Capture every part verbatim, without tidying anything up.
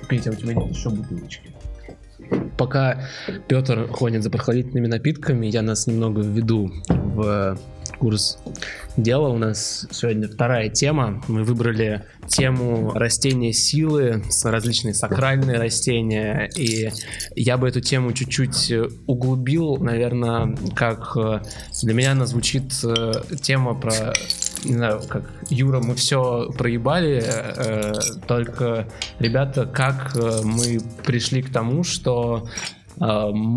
Петя, у тебя нет еще бутылочки? Пока Петр ходит за прохладительными напитками, я нас немного введу в курс дела. У нас сегодня вторая тема. Мы выбрали тему растения силы, различные сакральные растения. И я бы эту тему чуть-чуть углубил. Наверное, как для меня она звучит тема про... Не знаю, как Юра, мы все проебали, э, только, ребята, как мы пришли к тому, что э,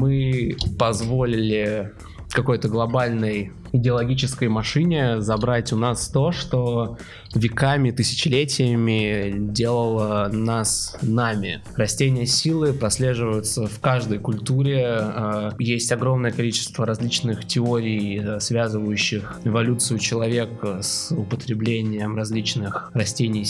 мы позволили какой-то глобальной идеологической машине забрать у нас то, что веками, тысячелетиями делало нас нами. Растения силы прослеживаются в каждой культуре. Есть огромное количество различных теорий, связывающих эволюцию человека с употреблением различных растений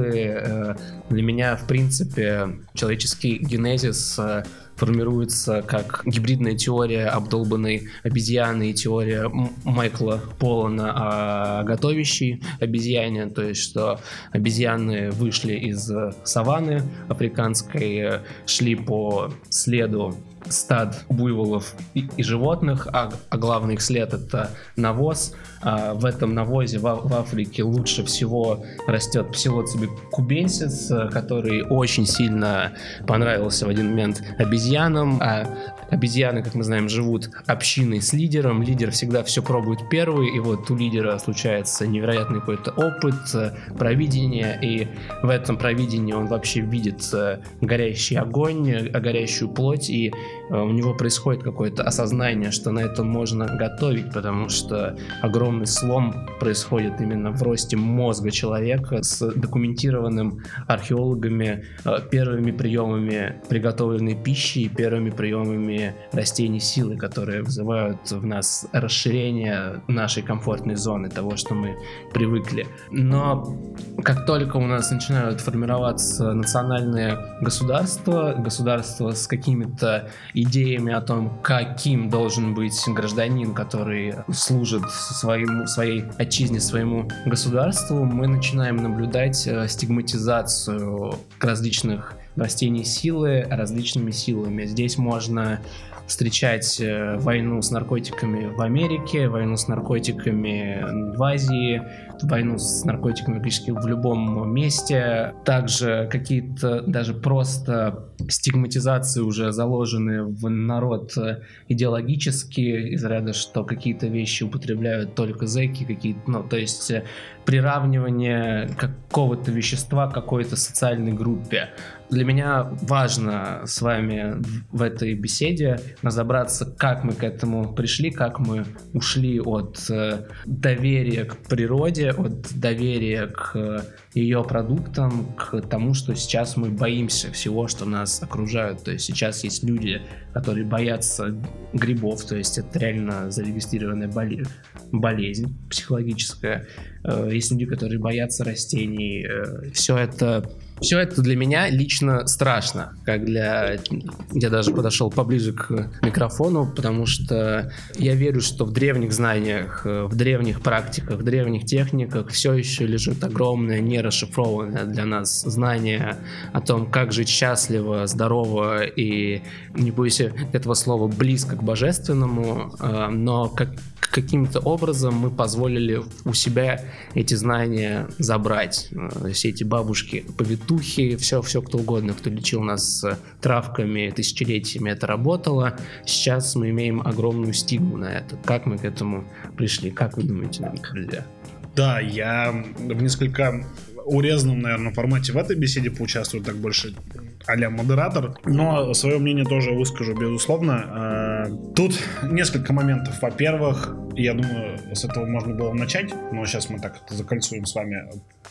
силы. Для меня, в принципе, человеческий генезис формируется как гибридная теория обдолбанной обезьяны и теория Майкла Поллана о готовящей обезьяне, то есть что обезьяны вышли из саванны африканской, шли по следу стад буйволов и, и животных, а, а главный их след — это навоз. А в этом навозе в, в Африке лучше всего растет псилоцибе кубенсис, который очень сильно понравился в один момент обезьянам. А обезьяны, как мы знаем, живут общиной с лидером. Лидер всегда все пробует первый, и вот у лидера случается невероятный какой-то опыт, провидение, и в этом провидении он вообще видит горящий огонь, горящую плоть, и у него происходит какое-то осознание, что на этом можно готовить, потому что огромный слом происходит именно в росте мозга человека с документированным археологами первыми приемами приготовленной пищи и первыми приемами растений силы, которые вызывают в нас расширение нашей комфортной зоны, того, что мы привыкли. Но как только у нас начинают формироваться национальные государства, государства с какими-то идеями о том, каким должен быть гражданин, который служит своему, своей отчизне, своему государству, мы начинаем наблюдать стигматизацию различных растений силы различными силами. Здесь можно встречать войну с наркотиками в Америке, войну с наркотиками в Азии, войну с наркотиками практически в любом месте. Также какие-то даже просто стигматизации уже заложены в народ идеологически, из ряда, что какие-то вещи употребляют только зэки, какие-то, ну, то есть приравнивание какого-то вещества к какой-то социальной группе. Для меня важно с вами в этой беседе разобраться, как мы к этому пришли, как мы ушли от э, доверия к природе, от доверия к ее продуктам, к тому, что сейчас мы боимся всего, что нас окружает. То есть сейчас есть люди, которые боятся грибов, то есть это реально зарегистрированная боле- болезнь психологическая. Есть люди, которые боятся растений. Все это Все это для меня лично страшно, как для... Я даже подошел поближе к микрофону, потому что я верю, что в древних знаниях, в древних практиках, в древних техниках все еще лежит огромное нерасшифрованное для нас знание о том, как жить счастливо, здорово и, не бойся этого слова, близко к божественному, но как каким-то образом мы позволили у себя эти знания забрать. Все эти бабушки, повитухи, все, все кто угодно, кто лечил нас травками тысячелетиями, это работало. Сейчас мы имеем огромную стигму на это. Как мы к этому пришли? Как вы думаете, друзья? Да, я в несколько урезанном, наверное, формате в этой беседе поучаствую, так больше а-ля модератор, но свое мнение тоже выскажу, безусловно. Тут несколько моментов. Во-первых, я думаю, с этого можно было начать, но сейчас мы так это закольцуем с вами.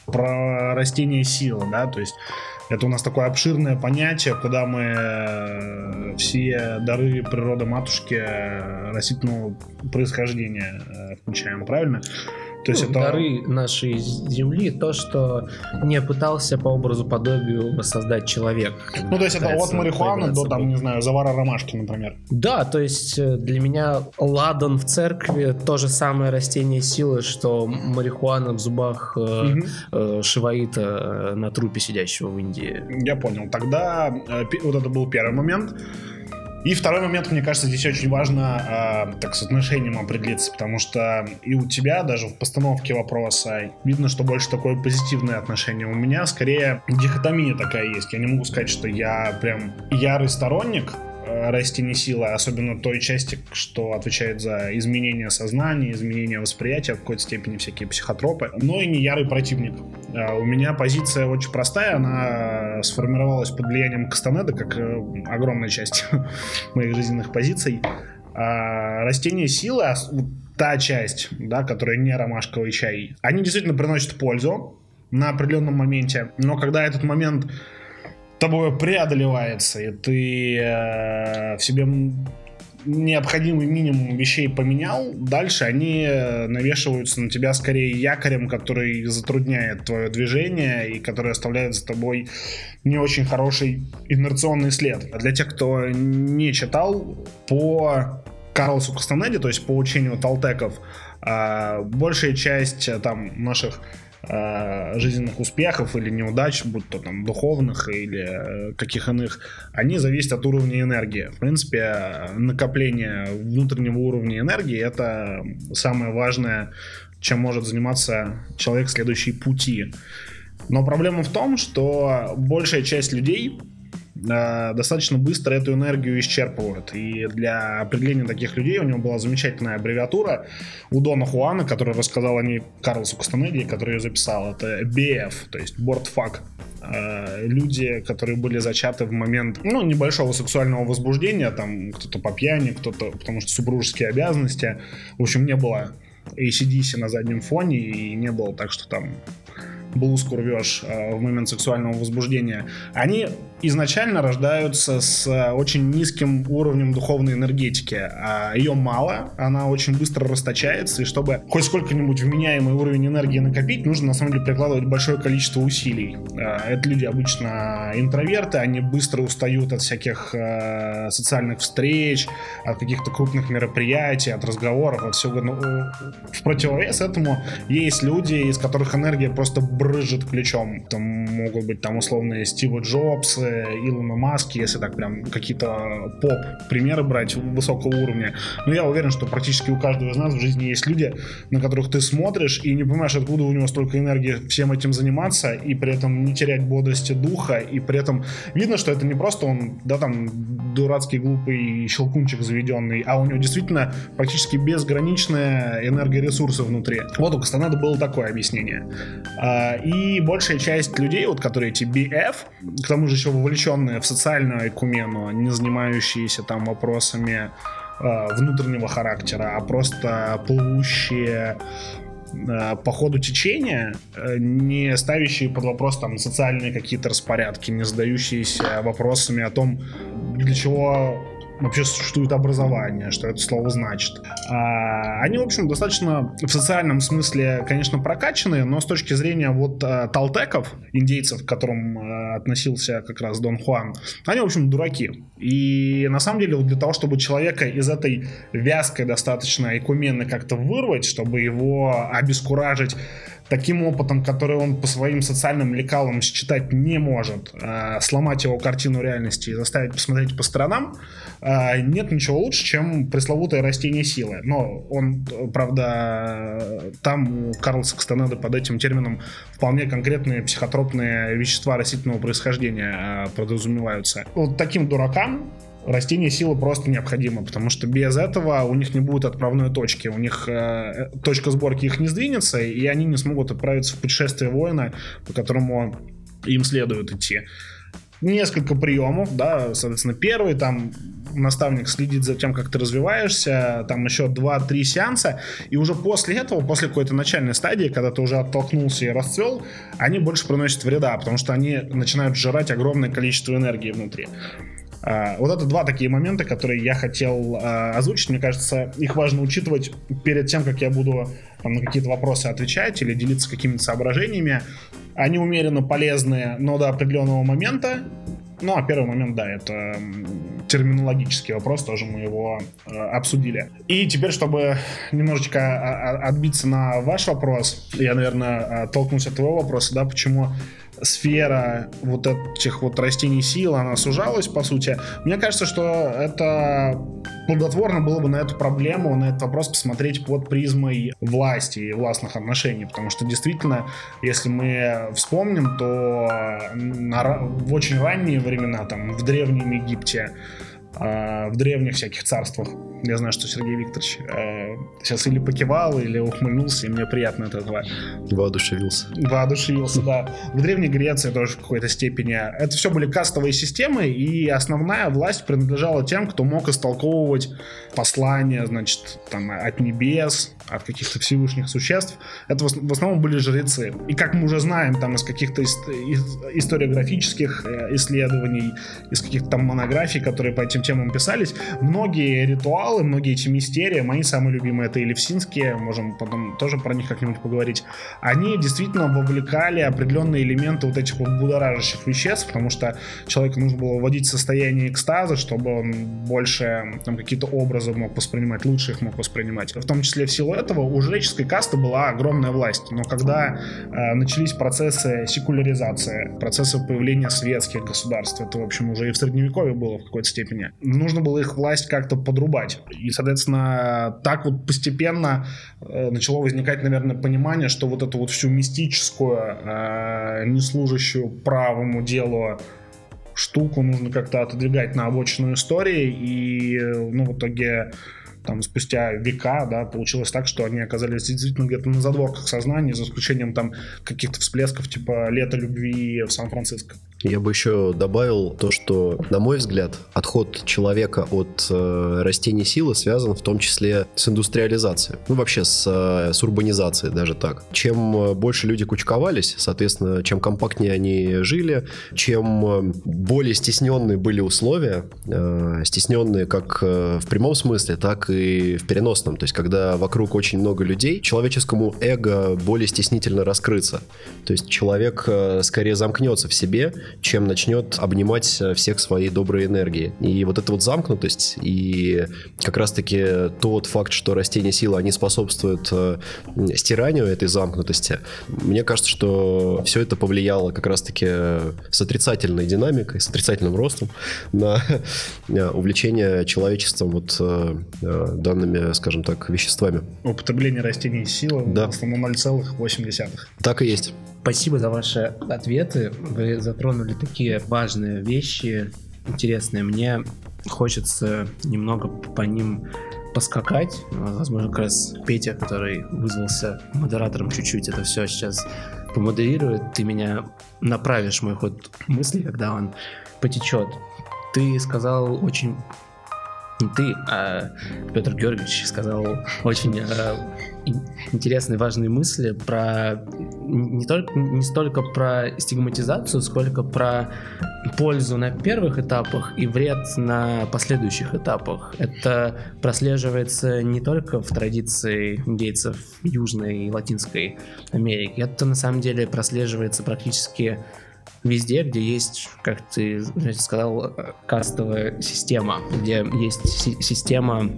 Про растения силы, да, то есть это у нас такое обширное понятие, куда мы все дары природы матушки растительного происхождения включаем, правильно? То есть ну, это... дары нашей земли, то, что не пытался по образу подобию воссоздать человек. Ну, то есть это от марихуаны до, там, не знаю, завара ромашки, например. Да, то есть для меня ладан в церкви то же самое растение силы, что марихуана в зубах mm-hmm. э, шиваита на трупе сидящего в Индии. Я понял. Тогда э, вот это был первый момент. И второй момент, мне кажется, здесь очень важно э, так с отношением определиться, потому что и у тебя даже в постановке вопроса видно, что больше такое позитивное отношение. У меня скорее дихотомия такая есть. Я не могу сказать, что я прям ярый сторонник растения силы, особенно той части, что отвечает за изменение сознания, изменение восприятия, в какой-то степени всякие психотропы, но и не ярый противник. У меня позиция очень простая, она сформировалась под влиянием Кастанеды, как огромная часть моих жизненных позиций. Растения силы, та часть, да, которая не ромашковый чай, они действительно приносят пользу на определенном моменте, но когда этот момент тобой преодолевается, и ты э, в себе необходимый минимум вещей поменял, дальше они навешиваются на тебя скорее якорем, который затрудняет твое движение и который оставляет за тобой не очень хороший инерционный след. А для тех, кто не читал, по Карлосу Кастанеде, то есть по учению толтеков, э, большая часть там наших жизненных успехов или неудач, будь то там духовных или каких иных, они зависят от уровня энергии. В принципе, накопление внутреннего уровня энергии — это самое важное, чем может заниматься человек, следующий пути. Но проблема в том, что большая часть людей достаточно быстро эту энергию исчерпывают. И для определения таких людей у него была замечательная аббревиатура у Дона Хуана, который рассказал о ней Карлосу Кастанеде, который ее записал. Это би эф, то есть бордфак. Люди, которые были зачаты в момент, ну, небольшого сексуального возбуждения, там кто-то по пьяни, кто-то потому что супружеские обязанности. В общем, не было эй си ди си на заднем фоне, и не было так, что там блузку рвешь э, в момент сексуального возбуждения. Они изначально рождаются с э, очень низким уровнем духовной энергетики. А ее мало, она очень быстро расточается, и чтобы хоть сколько-нибудь вменяемый уровень энергии накопить, нужно на самом деле прикладывать большое количество усилий. Э, это люди обычно интроверты, они быстро устают от всяких э, социальных встреч, от каких-то крупных мероприятий, от разговоров, от всего. Ну, в противовес этому есть люди, из которых энергия просто брызжет ключом. Там могут быть там условные Стива Джобсы, Илона Маски, если так прям какие-то поп-примеры брать высокого уровня. Но я уверен, что практически у каждого из нас в жизни есть люди, на которых ты смотришь и не понимаешь, откуда у него столько энергии всем этим заниматься, и при этом не терять бодрости духа, и при этом видно, что это не просто он, да, там, дурацкий, глупый щелкунчик заведенный, а у него действительно практически безграничная энергоресурсы внутри. Вот у Кастанеды было такое объяснение. И большая часть людей, вот, которые эти би эф, к тому же еще вовлеченные в социальную айкумену, не занимающиеся там вопросами э, внутреннего характера, а просто плывущие э, по ходу течения, э, не ставящие под вопрос там социальные какие-то распорядки, не задающиеся вопросами о том, для чего вообще существует образование, что это слово значит. А, они, в общем, достаточно в социальном смысле, конечно, прокачанные, но с точки зрения вот а, толтеков, индейцев, к которым а, относился как раз Дон Хуан, они, в общем, дураки. И на самом деле вот для того, чтобы человека из этой вязкой достаточно айкумены как-то вырвать, чтобы его обескуражить таким опытом, который он по своим социальным лекалам считать не может, э, сломать его картину реальности и заставить посмотреть по сторонам, э, нет ничего лучше, чем пресловутое растение силы. Но он, правда, там у Карлоса Кастанеды под этим термином вполне конкретные психотропные вещества растительного происхождения э, подразумеваются. Вот таким дуракам растение силы просто необходимо, потому что без этого у них не будет отправной точки, у них э, точка сборки их не сдвинется, и они не смогут отправиться в путешествие воина, по которому им следует идти. Несколько приемов, да, соответственно, первый, там наставник следит за тем, как ты развиваешься, там еще два-три сеанса, и уже после этого, после какой-то начальной стадии, когда ты уже оттолкнулся и расцвел, они больше приносят вреда, потому что они начинают сжирать огромное количество энергии внутри. Uh, вот это два такие момента, которые я хотел uh, озвучить. Мне кажется, их важно учитывать перед тем, как я буду там, на какие-то вопросы отвечать или делиться какими-то соображениями. Они умеренно полезны, но до определенного момента. Ну, а первый момент, да, это терминологический вопрос, тоже мы его э, обсудили. И теперь, чтобы немножечко отбиться на ваш вопрос, я, наверное, толкнусь от твоего вопроса, да, почему сфера вот этих вот растений сил, она сужалась, по сути. Мне кажется, что это плодотворно было бы на эту проблему, на этот вопрос посмотреть под призмой власти и властных отношений, потому что действительно, если мы вспомним, то на, в очень ранние времена, там, в Древнем Египте, в древних всяких царствах. Я знаю, что Сергей Викторович э, сейчас или покивал, или ухмыльнулся, и мне приятно от этого. Воодушевился. Воодушевился, да. В Древней Греции тоже в какой-то степени. Это все были кастовые системы, и основная власть принадлежала тем, кто мог истолковывать послания, значит, там, от небес, от каких-то всевышних существ. Это в основном были жрецы. И как мы уже знаем, там, из каких-то историографических исследований, из каких-то там монографий, которые по этим темам писались, многие ритуалы, многие эти мистерии, мои самые любимые, это элевсинские, можем потом тоже про них как-нибудь поговорить, они действительно вовлекали определенные элементы вот этих вот будоражащих веществ, потому что человеку нужно было вводить в состояние экстаза, чтобы он больше там какие-то образы мог воспринимать, лучше их мог воспринимать. В том числе в силу этого у жреческой касты была огромная власть, но когда э, начались процессы секуляризации, процессы появления светских государств, это, в общем, уже и в Средневековье было в какой-то степени, нужно было их власть как-то подрубать. И, соответственно, так вот постепенно э, начало возникать, наверное, понимание, что вот эту вот всю мистическую, э, не служащую правому делу штуку нужно как-то отодвигать на обочину истории, и, ну, в итоге там спустя века, да, получилось так, что они оказались действительно где-то на задворках сознания, за исключением там каких-то всплесков типа «Лето любви» в Сан-Франциско. Я бы еще добавил то, что, на мой взгляд, отход человека от э, растений силы связан в том числе с индустриализацией. Ну, вообще с, э, с урбанизацией, даже так. Чем больше люди кучковались, соответственно, чем компактнее они жили, чем более стесненные были условия, э, стесненные как в прямом смысле, так и в переносном. То есть, когда вокруг очень много людей, человеческому эго более стеснительно раскрыться. То есть, человек э, скорее замкнется в себе, чем начнет обнимать всех своей доброй энергией. И вот эта вот замкнутость и как раз-таки тот факт, что растения силы, они способствуют э, стиранию этой замкнутости, мне кажется, что все это повлияло как раз-таки с отрицательной динамикой, с отрицательным ростом на увлечение человечеством вот э, данными, скажем так, веществами. Употребление растений силы, да, в основном ноль целых восемь десятых. Так и есть. Спасибо за ваши ответы. Вы затронули такие важные вещи, интересные. Мне хочется немного по ним поскакать. Возможно, как раз Петя, который вызвался модератором, чуть-чуть это все сейчас помодерирует. Ты меня направишь, мой ход мысли, когда он потечет. Ты сказал очень... Не ты, а Петр Георгиевич сказал очень э, интересные, важные мысли про не, только, не столько про стигматизацию, сколько про пользу на первых этапах и вред на последующих этапах. Это прослеживается не только в традиции индейцев Южной и Латинской Америки, это на самом деле прослеживается практически везде, где есть, как ты сказал, кастовая система, где есть си- система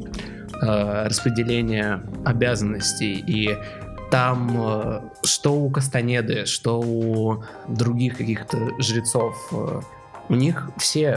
э, распределения обязанностей, и там э, что у Кастанеды, что у других каких-то жрецов, э, у них все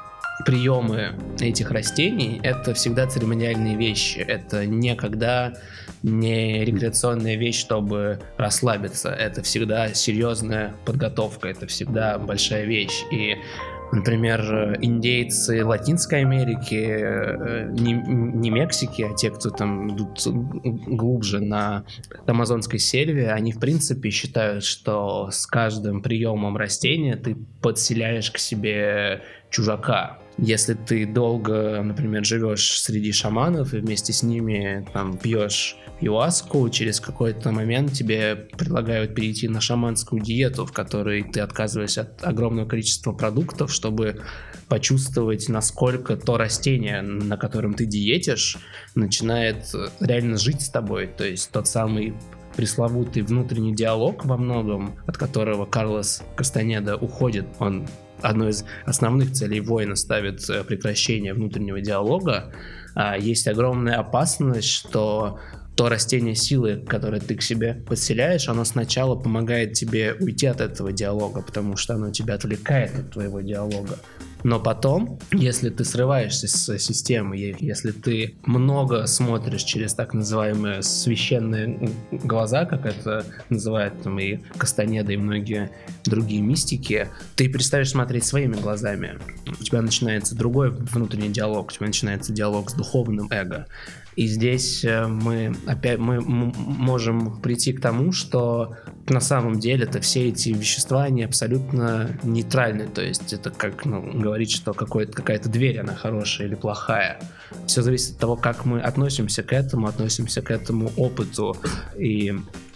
приемы этих растений — это всегда церемониальные вещи, это никогда не рекреационная вещь, чтобы расслабиться, это всегда серьезная подготовка, это всегда большая вещь. И, например, индейцы Латинской Америки, не, не Мексики, а те, кто там идут глубже на амазонской сельве, они в принципе считают, что с каждым приемом растения ты подселяешь к себе чужака. Если ты долго, например, живешь среди шаманов и вместе с ними там пьешь юаску, через какой-то момент тебе предлагают перейти на шаманскую диету, в которой ты отказываешься от огромного количества продуктов, чтобы почувствовать, насколько то растение, на котором ты диетишь, начинает реально жить с тобой. То есть тот самый пресловутый внутренний диалог во многом, от которого Карлос Кастанеда уходит, он одной из основных целей воина ставит прекращение внутреннего диалога. Есть огромная опасность, что то растение силы, которое ты к себе подселяешь, оно сначала помогает тебе уйти от этого диалога, потому что оно тебя отвлекает от твоего диалога. Но потом, если ты срываешься с системы, если ты много смотришь через так называемые священные глаза, как это называют там и Кастанеда, и многие другие мистики, ты перестаешь смотреть своими глазами. У тебя начинается другой внутренний диалог, у тебя начинается диалог с духовным эго. И здесь мы опять мы можем прийти к тому, что на самом деле-то все эти вещества, они абсолютно нейтральны. То есть это как ну, говорить, что какая-то дверь, она хорошая или плохая. Все зависит от того, как мы относимся к этому, относимся к этому опыту. И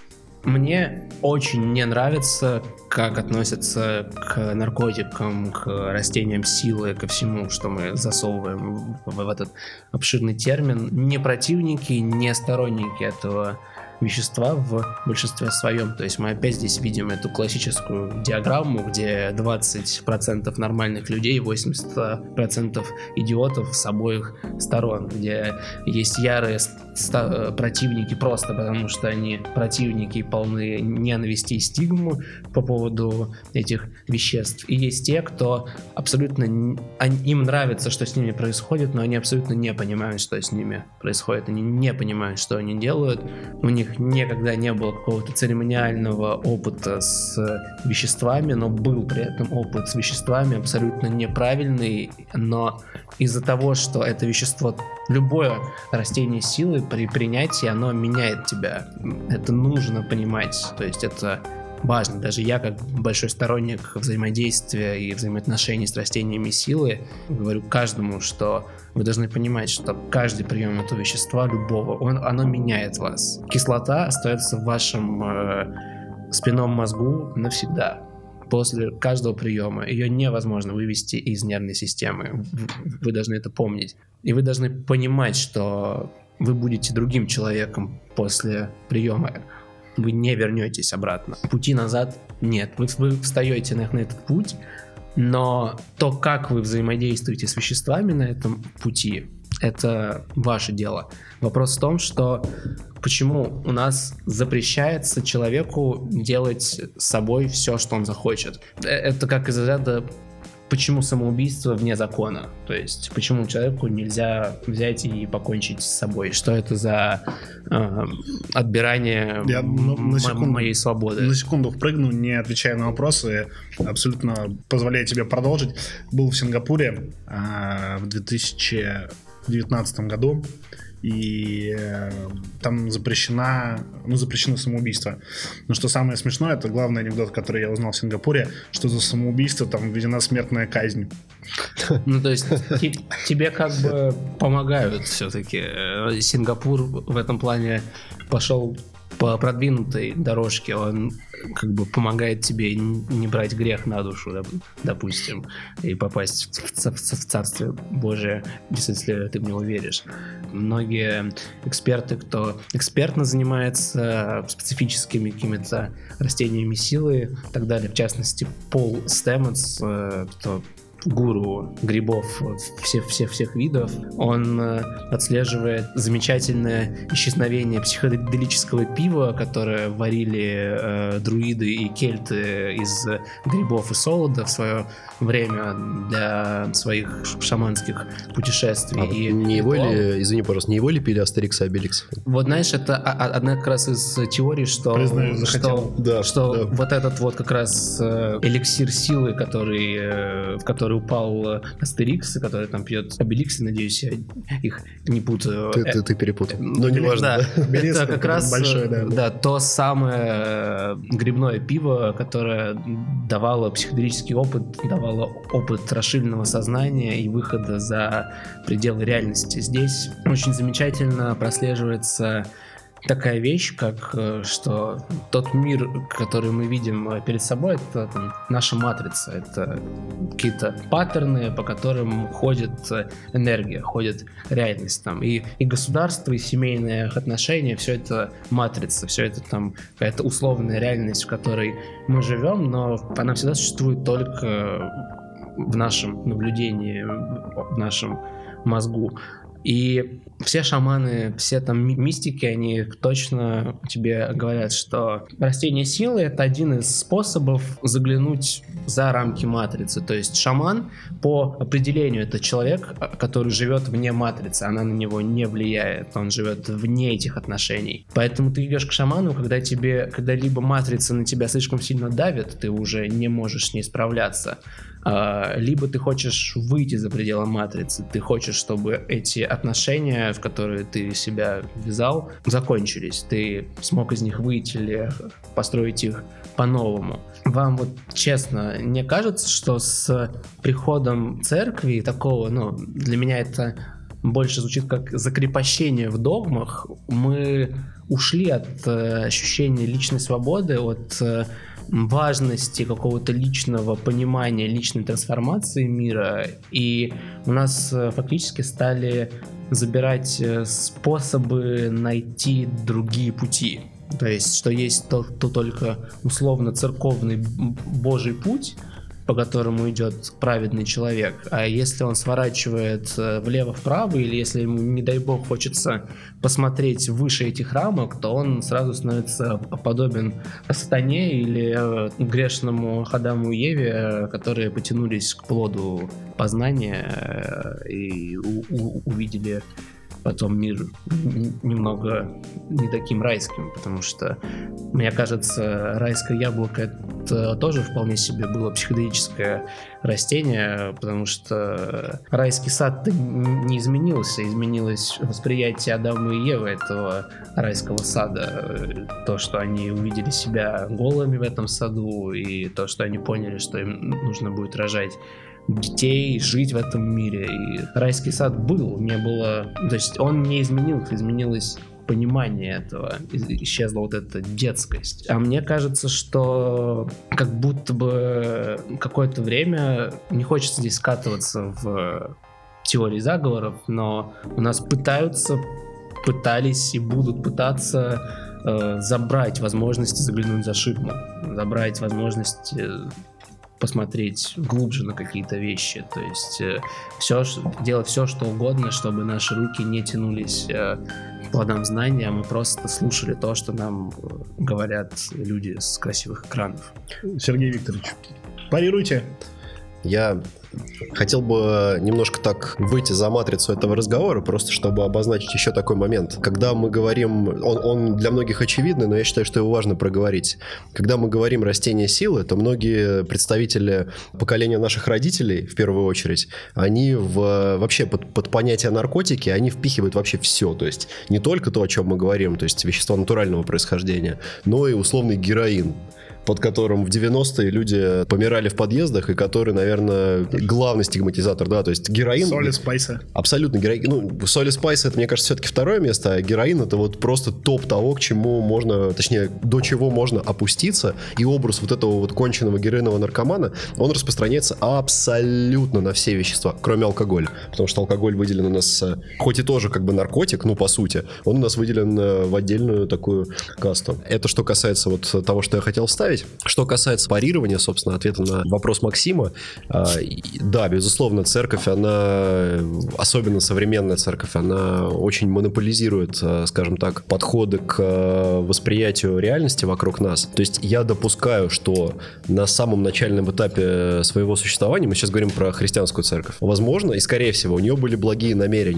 мне очень не нравится, как относятся к наркотикам, к растениям силы, ко всему, что мы засовываем в, в этот обширный термин. Не противники, не сторонники этого вещества в большинстве своем. То есть мы опять здесь видим эту классическую диаграмму, где двадцать процентов нормальных людей, восемьдесят процентов идиотов с обоих сторон, где есть ярые ста- противники просто потому, что они противники и полны ненависти и стигмы по поводу этих веществ. И есть те, кто абсолютно... Им нравится, что с ними происходит, но они абсолютно не понимают, что с ними происходит. Они не понимают, что они делают. У них никогда не было какого-то церемониального опыта с веществами, но был при этом опыт с веществами абсолютно неправильный, но из-за того, что это вещество, любое растение силы при принятии, оно меняет тебя. Это нужно понимать, то есть это важно. Даже я, как большой сторонник взаимодействия и взаимоотношений с растениями силы, говорю каждому, что вы должны понимать, что каждый прием этого вещества, любого, он, оно меняет вас. Кислота остается в вашем э, спинном мозгу навсегда. После каждого приема ее невозможно вывести из нервной системы. Вы должны это помнить. И вы должны понимать, что вы будете другим человеком после приема. Вы не вернетесь обратно. Пути назад нет. Вы, вы встаете на, на этот путь, но то, как вы взаимодействуете с веществами на этом пути, это ваше дело. Вопрос в том, что почему у нас запрещается человеку делать с собой все, что он захочет. Это как из ряда почему самоубийство вне закона. То есть, почему человеку нельзя взять и покончить с собой. Что это за э, отбирание Я, ну, на секунду, моей свободы? На секунду впрыгну, не отвечая на вопросы, абсолютно позволяя тебе продолжить. Был в Сингапуре э, в две тысячи девятнадцатом году, и э, там запрещена, ну, запрещено самоубийство. Но что самое смешное, это главный анекдот, который я узнал в Сингапуре, что за самоубийство там введена смертная казнь. Ну, то есть тебе как бы помогают все-таки. Сингапур в этом плане пошел по продвинутой дорожке, он как бы помогает тебе не брать грех на душу, допустим, и попасть в, в, в Царствие Божие, если ты в него веришь. Многие эксперты, кто экспертно занимается специфическими какими-то растениями силы и так далее, в частности, Пол Стэмонс, кто гуру грибов всех, всех, всех видов, он э, отслеживает замечательное исчезновение психоделического пива, которое варили э, друиды и кельты из грибов и солода в свое время для своих шаманских путешествий. А и не его ритуалов. ли, извини, пожалуйста, не его ли пили Астерикс и Обеликс? Вот знаешь, это одна как раз из теорий, что, Признаю, что, Да, что да. вот этот вот как раз э, эликсир силы, который, э, в который который упал Астерикс, который там пьет Обеликс, надеюсь, я их не путаю. Ты, ты, ты перепутал. Но не важно. Да, Да? это как раз большой, да. Да, то самое грибное пиво, которое давало психоделический опыт, давало опыт расширенного сознания и выхода за пределы реальности. Здесь очень замечательно прослеживается такая вещь, как что тот мир, который мы видим перед собой, это там, наша матрица, это какие-то паттерны, по которым ходит энергия, ходит реальность там, и, и государство, и семейные отношения, все это матрица, все это там какая-то условная реальность, в которой мы живем, но она всегда существует только в нашем наблюдении, в нашем мозгу. И все шаманы, все там мистики, они точно тебе говорят, что растение силы — это один из способов заглянуть за рамки матрицы. То есть шаман по определению — это человек, который живет вне матрицы, она на него не влияет, он живет вне этих отношений. Поэтому ты идешь к шаману, когда тебе, когда либо матрица на тебя слишком сильно давит, ты уже не можешь с ней справляться, либо ты хочешь выйти за пределы матрицы, ты хочешь, чтобы эти отношения, в которые ты себя ввязал, закончились, ты смог из них выйти или построить их по-новому. Вам вот честно не кажется, что с приходом церкви такого, ну, для меня это больше звучит как закрепощение в догмах, мы ушли от э, ощущения личной свободы, от э, важности какого-то личного понимания, личной трансформации мира, и у нас э, фактически стали забирать э, способы найти другие пути. То есть, что есть то, то только условно церковный Божий путь, по которому идет праведный человек, а если он сворачивает влево-вправо, или если ему, не дай бог, хочется посмотреть выше этих рамок, то он сразу становится подобен сатане или грешному Адаму и Еве, которые потянулись к плоду познания и у- у- увидели потом мир немного не таким райским, потому что, мне кажется, райское яблоко — это тоже вполне себе было психоделическое растение, потому что райский сад не изменился, изменилось восприятие Адама и Евы этого райского сада, то, что они увидели себя голыми в этом саду, и то, что они поняли, что им нужно будет рожать детей, жить в этом мире. И райский сад был, не было, то есть он не изменился, изменилось понимание этого, исчезла вот эта детскость. А мне кажется, что как будто бы какое-то время, не хочется здесь скатываться в теории заговоров, но у нас пытаются, пытались и будут пытаться э, забрать возможности заглянуть за ширму, забрать возможность э, посмотреть глубже на какие-то вещи, то есть э, все, делать все, что угодно, чтобы наши руки не тянулись э, к плодам знания, а мы просто слушали то, что нам говорят люди с красивых экранов. Сергей Викторович, парируйте. Я хотел бы немножко так выйти за матрицу этого разговора, просто чтобы обозначить еще такой момент. Когда мы говорим, он, он для многих очевидный, но я считаю, что его важно проговорить. Когда мы говорим растение силы, то многие представители поколения наших родителей, в первую очередь, они в, вообще под, под понятие наркотики, они впихивают вообще все. То есть не только то, о чем мы говорим, то есть вещества натурального происхождения, но и условный героин, под которым в девяностые люди помирали в подъездах, и который, наверное, главный стигматизатор, да, то есть героин... Соли, спайсы. Абсолютно героин. Ну, соли, спайсы, это, мне кажется, все-таки второе место, а героин — это вот просто топ того, к чему можно, точнее, до чего можно опуститься, и образ вот этого вот конченного героинового наркомана, он распространяется абсолютно на все вещества, кроме алкоголя, потому что алкоголь выделен у нас, хоть и тоже как бы наркотик, ну, по сути, он у нас выделен в отдельную такую касту. Это что касается вот того, что я хотел вставить. Что касается парирования, собственно, ответа на вопрос Максима, да, безусловно, церковь, она, особенно современная церковь, она очень монополизирует, скажем так, подходы к восприятию реальности вокруг нас. То есть я допускаю, что на самом начальном этапе своего существования, мы сейчас говорим про христианскую церковь, возможно, и скорее всего, у нее были благие намерения.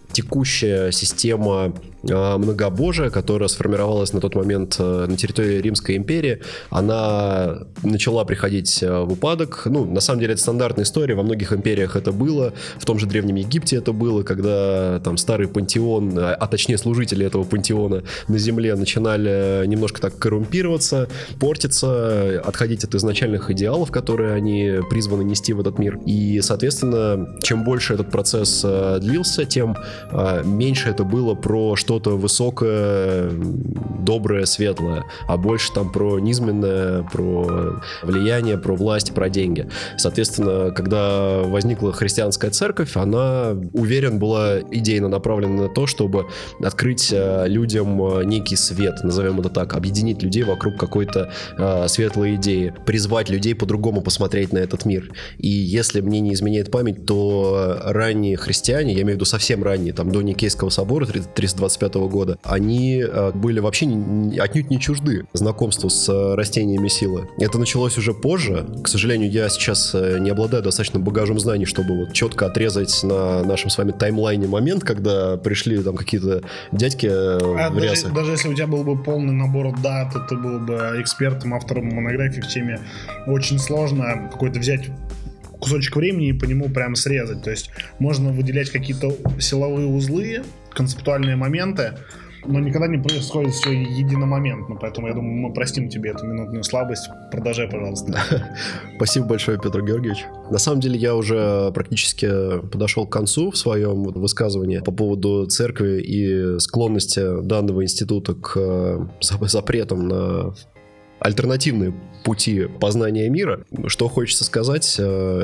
текущая система многобожия, которая сформировалась на тот момент на территории Римской империи, она начала приходить в упадок. Ну, на самом деле, это стандартная история, во многих империях это было, в том же Древнем Египте это было, когда там старый пантеон, а точнее служители этого пантеона на земле начинали немножко так коррумпироваться, портиться, отходить от изначальных идеалов, которые они призваны нести в этот мир. И, соответственно, чем больше этот процесс длился, тем меньше это было про что-то высокое, доброе, светлое, а больше там про низменное, про влияние, про власть, про деньги. Соответственно, когда возникла христианская церковь, она, уверен, была идейно направлена на то, чтобы открыть людям некий свет, назовем это так, объединить людей вокруг какой-то э, светлой идеи, призвать людей по-другому посмотреть на этот мир. И если мне не изменяет память, то ранние христиане, я имею в виду совсем ранние, там до Никейского собора триста двадцать пятого года, они э, были вообще не, отнюдь не чужды знакомству с э, растениями силы. Это началось уже позже. К сожалению, я сейчас э, не обладаю достаточно багажом знаний, чтобы вот четко отрезать на нашем с вами таймлайне момент, когда пришли там какие-то дядьки э, а в даже, рясах. Даже если у тебя был бы полный набор дат, ты был бы экспертом, автором монографии в теме, очень сложно какой-то взять кусочек времени и по нему прям срезать. То есть можно выделять какие-то силовые узлы, концептуальные моменты, но никогда не происходит все единомоментно. Поэтому я думаю, мы простим тебе эту минутную слабость. Продолжай, пожалуйста. Спасибо большое, Петр Георгиевич. На самом деле я уже практически подошел к концу в своем высказывании по поводу церкви и склонности данного института к запретам на альтернативные пути познания мира. Что хочется сказать,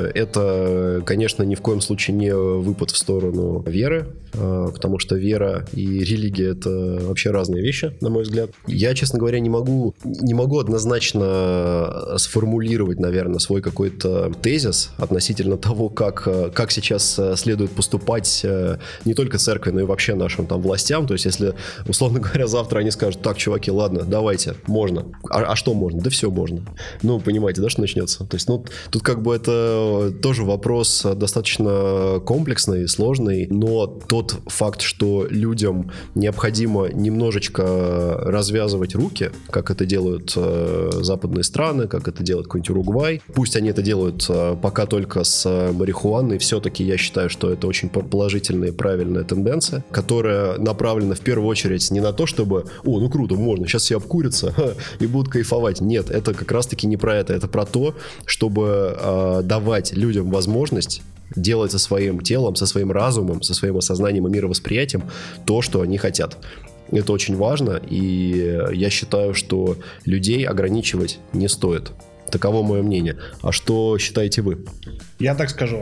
это, конечно, ни в коем случае не выпад в сторону веры, потому что вера и религия — это вообще разные вещи, на мой взгляд. Я, честно говоря, не могу, не могу однозначно сформулировать, наверное, свой какой-то тезис относительно того, как, как сейчас следует поступать не только церкви, но и вообще нашим там властям. То есть, если, условно говоря, завтра они скажут: так, чуваки, ладно, давайте, можно. А, а что можно? Да все можно. Ну, понимаете, да, что начнется? То есть, ну, тут как бы это тоже вопрос достаточно комплексный, сложный, но тот факт, что людям необходимо немножечко развязывать руки, как это делают э, западные страны, как это делает какой-нибудь Уругвай, пусть они это делают э, пока только с марихуаной, все-таки я считаю, что это очень положительная и правильная тенденция, которая направлена в первую очередь не на то, чтобы: о, ну круто, можно, сейчас все обкурятся ха, и будут кайфовать. Нет, это как раз-таки не про это, это про то, чтобы э, давать людям возможность делать со своим телом, со своим разумом, со своим осознанием и мировосприятием то, что они хотят. Это очень важно, и я считаю, что людей ограничивать не стоит. Таково мое мнение. А что считаете вы? Я так скажу.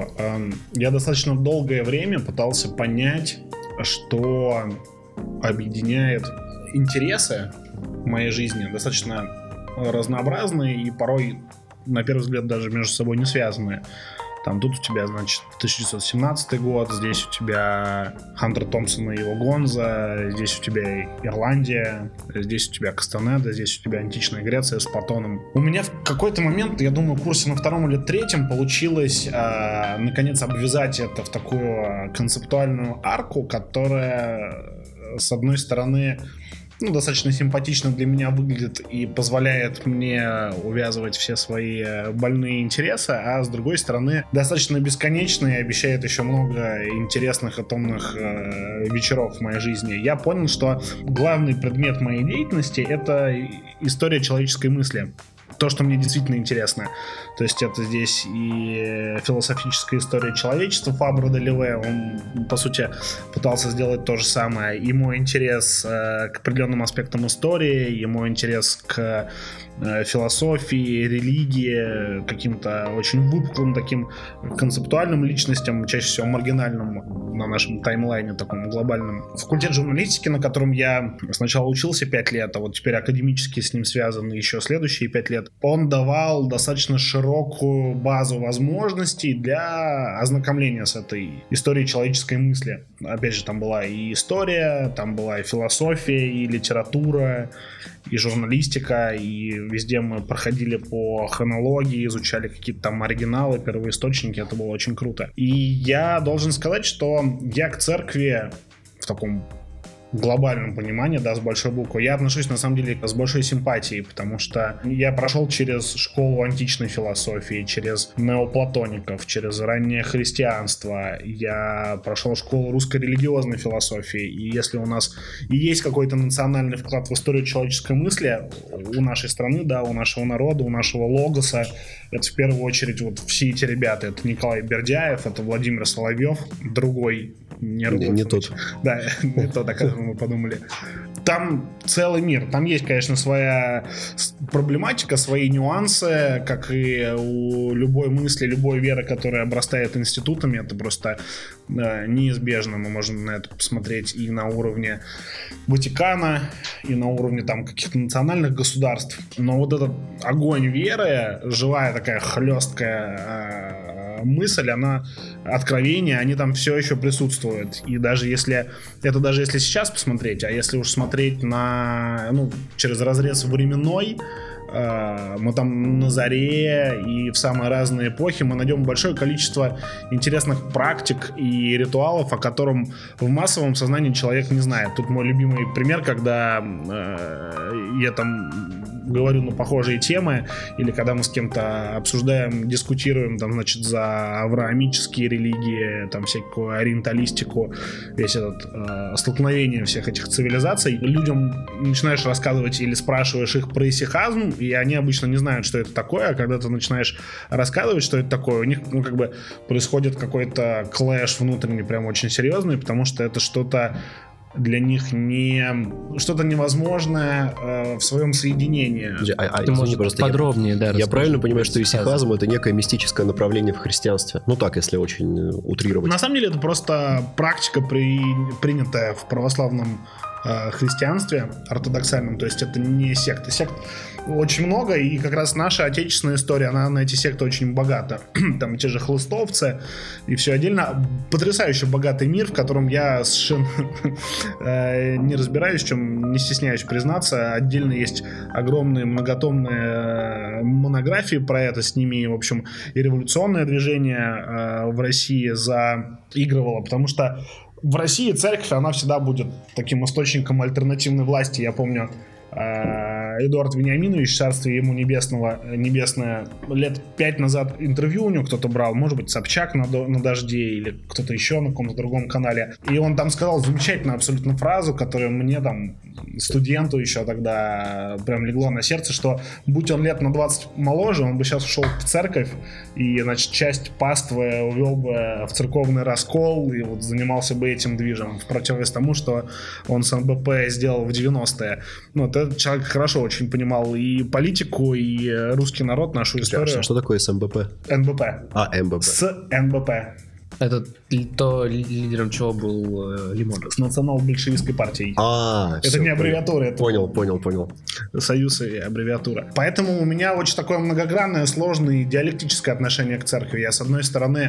Я достаточно долгое время пытался понять, что объединяет интересы в моей жизни, достаточно разнообразные и порой, на первый взгляд, даже между собой не связанные. Там тут у тебя, значит, тысяча девятьсот семнадцатый год, здесь у тебя Хантер Томпсон и его Гонза, здесь у тебя Ирландия, здесь у тебя Кастанеда, здесь у тебя античная Греция с Платоном. У меня в какой-то момент, я думаю, в курсе на втором или третьем получилось э, наконец обвязать это в такую концептуальную арку, которая, с одной стороны, ну, достаточно симпатично для меня выглядит и позволяет мне увязывать все свои больные интересы, а с другой стороны достаточно бесконечно и обещает еще много интересных и томных э, вечеров в моей жизни. Я понял, что главный предмет моей деятельности — это история человеческой мысли. То, что мне действительно интересно. То есть это здесь и философическая история человечества Фабро де Ливе, он, по сути, пытался сделать то же самое. И мой интерес э, к определенным аспектам истории, и мой интерес к э, философии, религии, каким-то очень выпуклым таким концептуальным личностям, чаще всего маргинальным на нашем таймлайне, таком глобальном. Факультет журналистики, на котором я сначала учился пять лет, а вот теперь академически с ним связан еще следующие пять лет, он давал достаточно широкую базу возможностей для ознакомления с этой историей человеческой мысли. Опять же, там была и история, там была и философия, и литература, и журналистика, и везде мы проходили по хронологии, изучали какие-то там оригиналы, первоисточники, это было очень круто. И я должен сказать, что я к церкви в таком глобальном понимании, да, с большой буквы, я отношусь, на самом деле, с большой симпатией, потому что я прошел через школу античной философии, через неоплатоников, через раннее христианство, я прошел школу русской религиозной философии, и если у нас и есть какой-то национальный вклад в историю человеческой мысли у нашей страны, да, у нашего народа, у нашего логоса, это в первую очередь вот все эти ребята, это Николай Бердяев, это Владимир Соловьев, другой, не, не, не тот. Да, не тот, о котором мы подумали. Там целый мир. Там есть, конечно, своя проблематика, свои нюансы, как и у любой мысли, любой веры, которая обрастает институтами. Это просто да, неизбежно. Мы можем на это посмотреть и на уровне Ватикана, и на уровне там каких-то национальных государств. Но вот этот огонь веры, живая такая хлесткая мысль, она, откровения, они там все еще присутствуют. И даже если, это даже если сейчас посмотреть, а если уж смотреть на, ну, через разрез временной, э, мы там на заре и в самые разные эпохи мы найдем большое количество интересных практик и ритуалов, о котором в массовом сознании человек не знает. Тут мой любимый пример, когда э, я там говорю на похожие темы, или когда мы с кем-то обсуждаем, дискутируем, там, значит, за авраамические религии, там, всякую ориенталистику, весь этот э, столкновение всех этих цивилизаций, людям начинаешь рассказывать или спрашиваешь их про исихазм, и они обычно не знают, что это такое, а когда ты начинаешь рассказывать, что это такое, у них, ну, как бы происходит какой-то клэш внутренний, прям очень серьезный, потому что это что-то для них не что-то невозможное э, в своем соединении. А, а, Ты извини, можешь просто подробнее, я, да, я правильно понимаю, что исихазм исихазм — это некое мистическое направление в христианстве? Ну так, если очень утрировать. На самом деле это просто практика, при, принятая в православном э, христианстве ортодоксальном, то есть это не секта. Сект очень много, и как раз наша отечественная история, она на эти секты очень богата. Там те же хлыстовцы и все отдельно. Потрясающе богатый мир, в котором я совершенно не разбираюсь, в чем не стесняюсь признаться. Отдельно есть огромные многотомные монографии про это, с ними, в общем, и революционное движение в России заигрывало, потому что в России церковь, она всегда будет таким источником альтернативной власти. Я помню, Эдуард Вениаминович, царствие ему небесного, небесное, лет пять назад интервью у него кто-то брал, может быть, Собчак на, на «Дожде» или кто-то еще на каком-то другом канале. И он там сказал замечательную абсолютно фразу, которая мне там, студенту еще тогда, прям легло на сердце, что будь он лет на двадцать моложе, он бы сейчас ушел в церковь и, значит, часть паствы увел бы в церковный раскол и вот занимался бы этим движем, в противовес тому, что он с эн бэ пэ сделал в девяностые. Ну, этот человек хорошо очень понимал и политику, и русский народ, нашу историю. А что такое эс эм бэ пэ? эн бэ пэ. А, эм бэ пэ. С эн бэ пэ. Это то, лидером чего был э, Лимонов. С национал-большевистской партией. А, это все, не аббревиатура, это понял, понял, понял. Союз и аббревиатура. Поэтому у меня очень такое многогранное, сложное диалектическое отношение к церкви. Я, с одной стороны,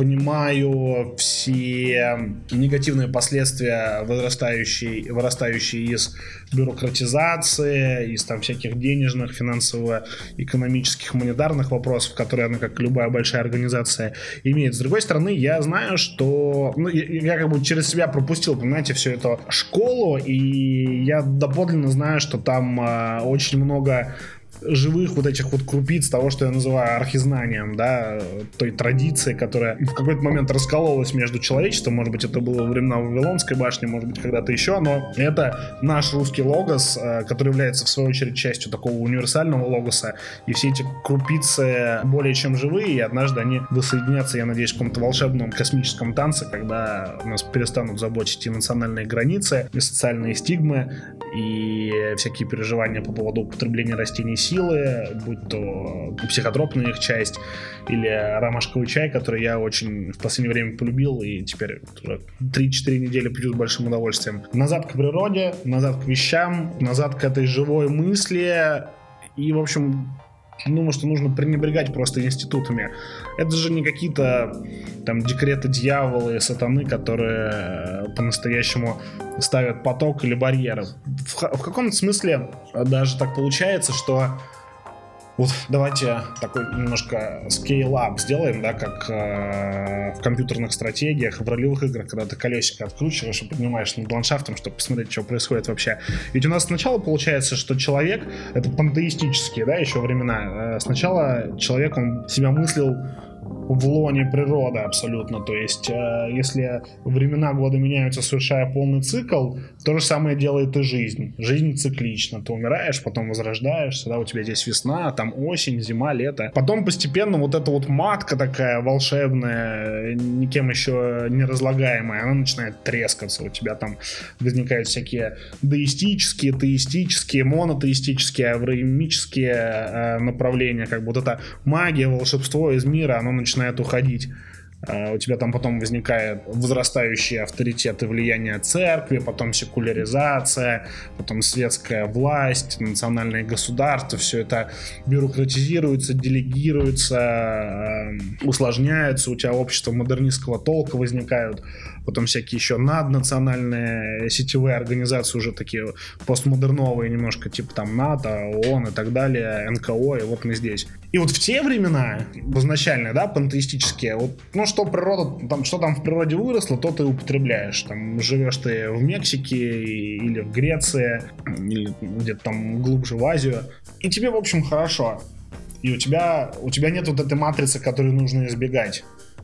понимаю все негативные последствия, вырастающие, вырастающие из бюрократизации, из там всяких денежных, финансово-экономических, монетарных вопросов, которые она, как любая большая организация, имеет. С другой стороны, я знаю, что ну, я, я как бы через себя пропустил, понимаете, всю эту школу, и я доподлинно знаю, что там э, очень много живых вот этих вот крупиц того, что я называю архизнанием, да, той традиции, которая в какой-то момент раскололась между человечеством. Может быть, это было во времена Вавилонской башни, может быть, когда-то еще, но это наш русский логос, который является, в свою очередь, частью такого универсального логоса, и все эти крупицы более чем живые, и однажды они воссоединятся, я надеюсь, в каком-то волшебном космическом танце, когда нас перестанут заботить и национальные границы, и социальные стигмы, и всякие переживания по поводу употребления растений силы, будь то психотропная их часть или ромашковый чай, который я очень в последнее время полюбил и теперь уже три-четыре недели пью с большим удовольствием. Назад к природе, назад к вещам, назад к этой живой мысли и, в общем, думаю, что нужно пренебрегать просто институтами. Это же не какие-то там декреты дьявола и сатаны, которые по-настоящему ставят поток или барьеры. В, в каком-то смысле даже так получается, что Вот давайте такой немножко scale-up сделаем, да, как э, в компьютерных стратегиях, в ролевых играх, когда ты колесико откручиваешь и поднимаешь над ландшафтом, чтобы посмотреть, что происходит вообще. Ведь у нас сначала получается, что человек, это пантеистические, да, еще времена, э, сначала человек, он себя мыслил в лоне природы абсолютно, то есть э, если времена года меняются, совершая полный цикл, то же самое делает и жизнь. Жизнь циклична, ты умираешь, потом возрождаешься, да, у тебя здесь весна, там осень, зима, лето. Потом постепенно вот эта вот матка такая волшебная, никем еще не разлагаемая, она начинает трескаться, у тебя там возникают всякие деистические, теистические, монотеистические, авраамические э, направления, как бы вот эта магия, волшебство из мира, оно начинает уходить. Uh, у тебя там потом возникает возрастающие авторитеты влияния церкви, потом секуляризация, потом светская власть, национальные государства, все это бюрократизируется, делегируется, uh, усложняется, у тебя общество модернистского толка возникают, потом всякие еще наднациональные сетевые организации, уже такие постмодерновые немножко, типа там НАТО, ООН и так далее, эн ка о, и вот мы здесь. И вот в те времена, изначальные, да, пантеистические, вот, ну, что природа, там, что там в природе выросло, то ты употребляешь. Там живешь ты в Мексике или в Греции, или где-то там глубже в Азию, и тебе, в общем, хорошо. И у тебя, у тебя нет вот этой матрицы, которую нужно избегать.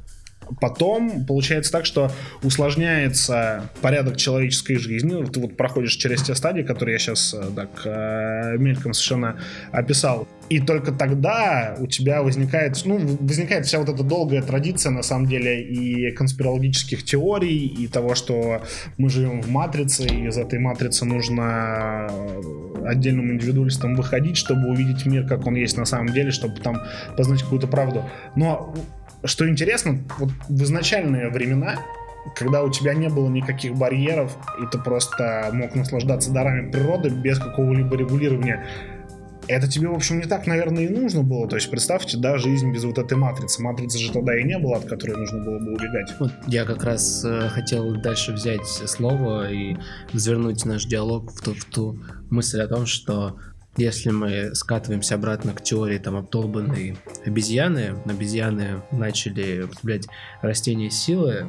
Потом получается так, что усложняется порядок человеческой жизни. Ты вот проходишь через те стадии, которые я сейчас так мельком совершенно описал. И только тогда у тебя возникает, ну, возникает вся вот эта долгая традиция, на самом деле, и конспирологических теорий, и того, что мы живем в матрице, и из этой матрицы нужно отдельным индивидуалистам выходить, чтобы увидеть мир, как он есть на самом деле, чтобы там познать какую-то правду. Но что интересно, вот в изначальные времена, когда у тебя не было никаких барьеров, и ты просто мог наслаждаться дарами природы без какого-либо регулирования, это тебе, в общем, не так, наверное, и нужно было. То есть представьте, да, жизнь без вот этой матрицы. Матрицы же тогда и не было, от которой нужно было бы убегать. Вот я как раз э, хотел дальше взять слово и развернуть наш диалог в ту, в ту мысль о том, что если мы скатываемся обратно к теории там обдолбанной обезьяны, обезьяны начали употреблять растения силы,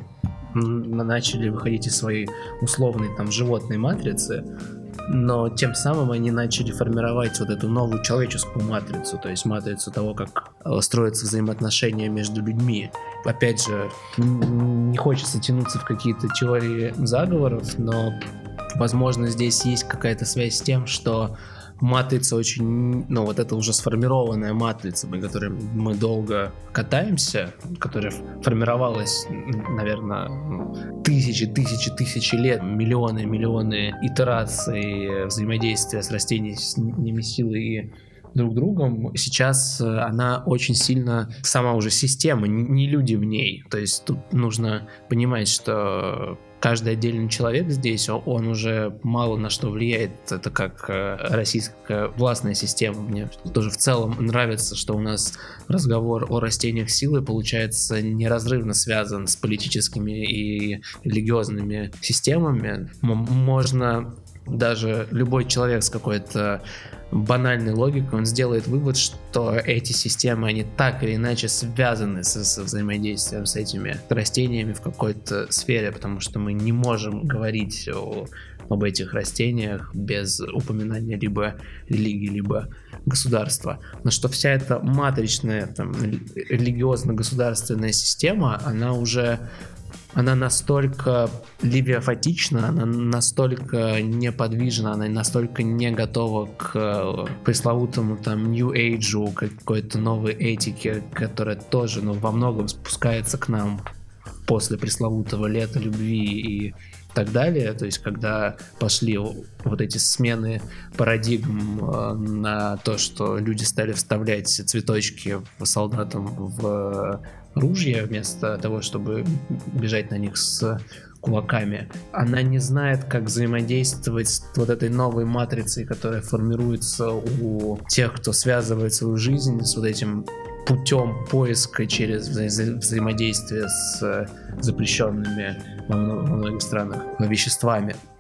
начали выходить из своей условной там животной матрицы, но тем самым они начали формировать вот эту новую человеческую матрицу, то есть матрицу того, как строятся взаимоотношения между людьми. Опять же, не хочется тянуться в какие-то теории заговоров, но, возможно, здесь есть какая-то связь с тем, что матрица очень, ну вот это уже сформированная матрица, по которой мы долго катаемся, которая формировалась, наверное, тысячи, тысячи, тысячи лет, миллионы, миллионы итераций взаимодействия с растениями силы и друг другом. Сейчас она очень сильно, сама уже система, не люди в ней. То есть тут нужно понимать, что каждый отдельный человек здесь, он уже мало на что влияет. Это как российская властная система. Мне тоже в целом нравится, что у нас разговор о растениях силы получается неразрывно связан с политическими и религиозными системами. Можно даже любой человек с какой-то банальной логикой, он сделает вывод, что эти системы, они так или иначе связаны со, со взаимодействием с этими растениями в какой-то сфере, потому что мы не можем говорить о, об этих растениях без упоминания либо религии, либо государства. Но что вся эта матричная, там, религиозно-государственная система, она уже она настолько левиафатична, она настолько неподвижна, она настолько не готова к пресловутому там New Age, какой-то новой этике, которая тоже, ну, во многом спускается к нам после пресловутого лета любви и так далее. То есть, когда пошли вот эти смены парадигм на то, что люди стали вставлять цветочки солдатам в ружья вместо того, чтобы бежать на них с кулаками. Она не знает, как взаимодействовать с вот этой новой матрицей, которая формируется у тех, кто связывает свою жизнь с вот этим путем поиска через вза- взаимодействие с запрещенными во, во многих странах веществами.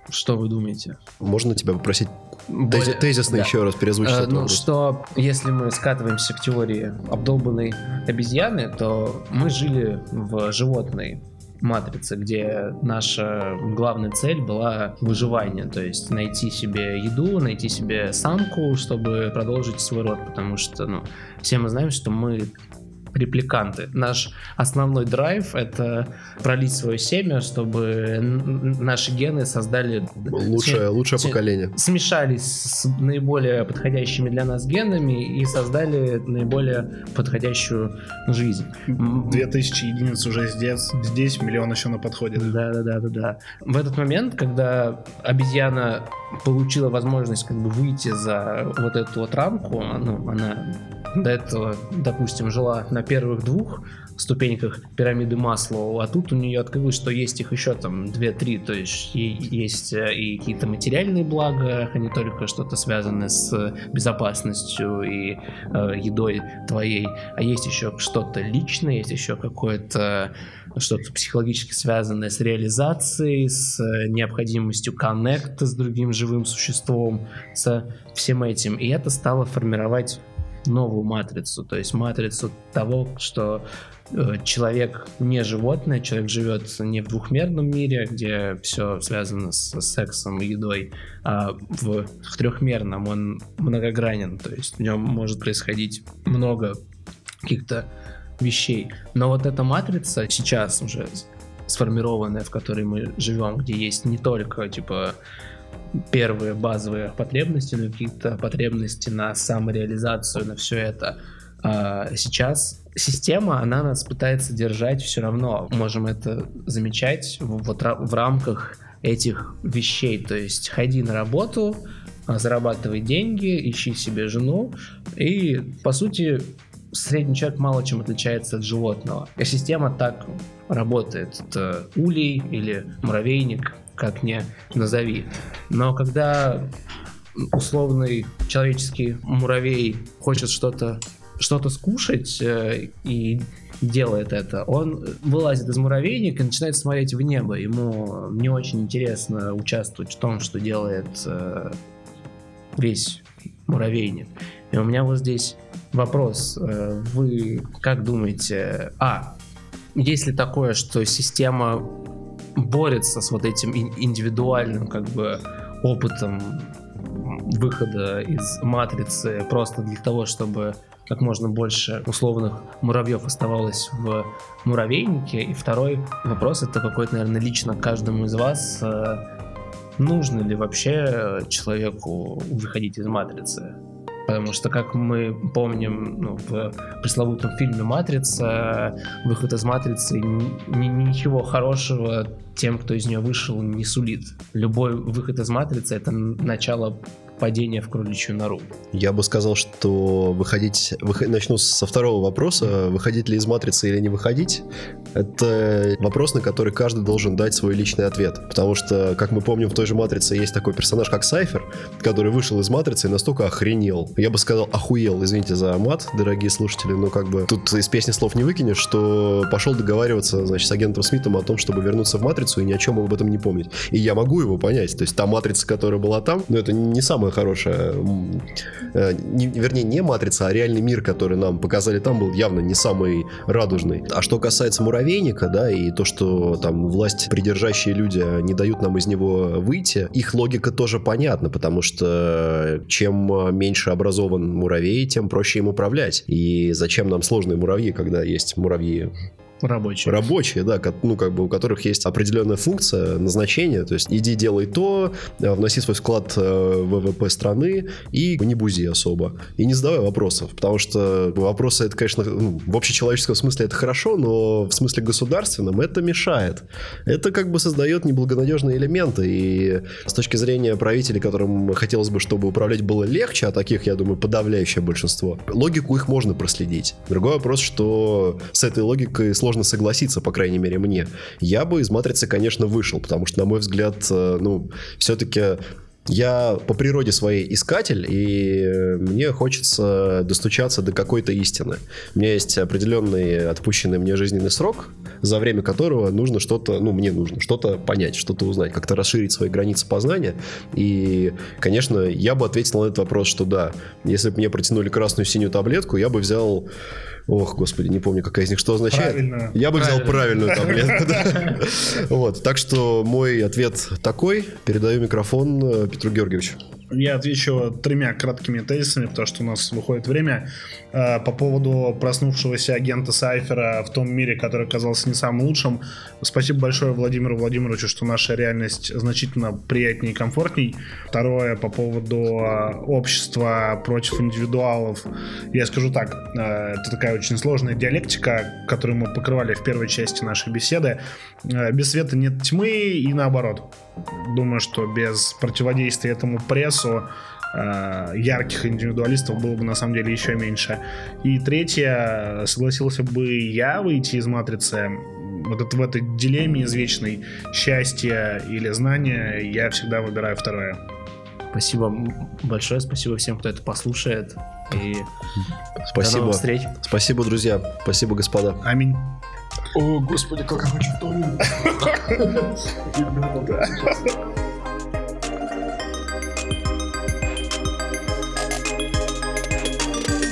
Что вы думаете? Можно тебя попросить Более... тези- тезисно да. еще раз перезвучить Э, этот ну, вопрос? что если мы скатываемся к теории обдолбанной обезьяны, то мы жили в животной матрице, где наша главная цель была выживание, то есть найти себе еду, найти себе самку, чтобы продолжить свой род, потому что, ну, все мы знаем, что мы репликанты. Наш основной драйв — это пролить свое семя, чтобы н- наши гены создали... Лучшее, лучшее сме- поколение. Смешались с наиболее подходящими для нас генами и создали наиболее подходящую жизнь. М- Две тысячи единиц уже здесь, здесь миллион еще на подходе. Да, да, да, да, да. В этот момент, когда обезьяна получила возможность как бы выйти за вот эту вот рамку, ну, она до этого, допустим, жила на первых двух ступеньках пирамиды Маслоу, а тут у нее открылось, что есть их еще там две-три, то есть и- есть э, и какие-то материальные блага, а не только что-то связанное с безопасностью и э, едой твоей, а есть еще что-то личное, есть еще какое-то что-то психологически связанное с реализацией, с э, необходимостью коннекта с другим живым существом, со всем этим, и это стало формировать новую матрицу, то есть матрицу того, что э, человек не животное, человек живет не в двухмерном мире, где все связано с сексом и едой, а в, в трехмерном он многогранен, то есть в нем может происходить много каких-то вещей. Но вот эта матрица сейчас уже сформированная, в которой мы живем, где есть не только типа первые базовые потребности, но и какие-то потребности на самореализацию, на все это. А сейчас система, она нас пытается держать все равно. Можем это замечать в, вот, в рамках этих вещей. То есть ходи на работу, зарабатывай деньги, ищи себе жену. И, по сути, средний человек мало чем отличается от животного. И система так работает. Это улей или муравейник, как ни назови. Но когда условный человеческий муравей хочет что-то что-то скушать э, и делает это, он вылазит из муравейника и начинает смотреть в небо. Ему не очень интересно участвовать в том, что делает э, весь муравейник. И у меня вот здесь вопрос. Э, вы как думаете, а, есть ли такое, что система борется с вот этим индивидуальным как бы опытом выхода из матрицы просто для того, чтобы как можно больше условных муравьев оставалось в муравейнике? И второй вопрос — это какой-то, наверное, лично каждому из вас: нужно ли вообще человеку выходить из матрицы? Потому что, как мы помним, ну, в пресловутом фильме «Матрица», выход из матрицы ни, ничего хорошего тем, кто из нее вышел, не сулит. Любой выход из матрицы — это начало падения в кроличью нору. Я бы сказал, что выходить... Выход... Начну со второго вопроса. Выходить ли из матрицы или не выходить? Это вопрос, на который каждый должен дать свой личный ответ. Потому что, как мы помним, в той же матрице есть такой персонаж, как Сайфер, который вышел из матрицы и настолько охренел. Я бы сказал, охуел. Извините за мат, дорогие слушатели, но как бы тут из песни слов не выкинешь, что пошел договариваться, значит, с агентом Смитом о том, чтобы вернуться в матрицу и ни о чем об этом не помнить. И я могу его понять. То есть та матрица, которая была там, но это не самая хорошая, э, не, вернее, не матрица, а реальный мир, который нам показали там, был явно не самый радужный. А что касается муравейника, да, и то, что там власть придержащие люди не дают нам из него выйти, их логика тоже понятна, потому что чем меньше образован муравей, тем проще им управлять. И зачем нам сложные муравьи, когда есть муравьи Рабочие. Рабочие, да, ну, как бы у которых есть определенная функция, назначение, то есть иди делай то, вноси свой вклад в ВВП страны и не бузи особо. И не задавай вопросов, потому что вопросы, это, конечно, ну, в общечеловеческом смысле это хорошо, но в смысле государственном это мешает. Это как бы создает неблагонадежные элементы, и с точки зрения правителей, которым хотелось бы, чтобы управлять было легче, а таких, я думаю, подавляющее большинство, логику их можно проследить. Другой вопрос, что с этой логикой сложно согласиться, по крайней мере, мне. Я бы из матрицы, конечно, вышел, потому что, на мой взгляд, ну, все-таки Я по природе своей искатель, и мне хочется достучаться до какой-то истины. У меня есть определенный отпущенный мне жизненный срок, за время которого нужно что-то, ну, мне нужно что-то понять, что-то узнать, как-то расширить свои границы познания. И, конечно, я бы ответил на этот вопрос, что да, если бы мне протянули красную синюю таблетку, я бы взял... Ох, господи, не помню, какая из них что означает. Правильно. Я бы взял Правильно. правильную таблетку. да. Вот, так что мой ответ такой. Передаю микрофон Петру Георгиевичу. Я отвечу тремя краткими тезисами, потому что у нас выходит время. Э, По поводу проснувшегося агента Сайфера в том мире, который оказался не самым лучшим. Спасибо большое Владимиру Владимировичу, что наша реальность значительно приятнее и комфортней. Второе, по поводу э, общества против индивидуалов. Я скажу так, э, это такая очень сложная диалектика, которую мы покрывали в первой части нашей беседы. Э, Без света нет тьмы и наоборот. Думаю, что без противодействия этому прессу э, ярких индивидуалистов было бы на самом деле еще меньше. И третье, согласился бы я выйти из матрицы. Вот это в этой дилемме извечной счастье или знание, я всегда выбираю второе. Спасибо большое, спасибо всем, кто это послушает. И до Спасибо. новых встреч. Спасибо, друзья. Спасибо, господа. Аминь. О, господи, как я хочу тонуть.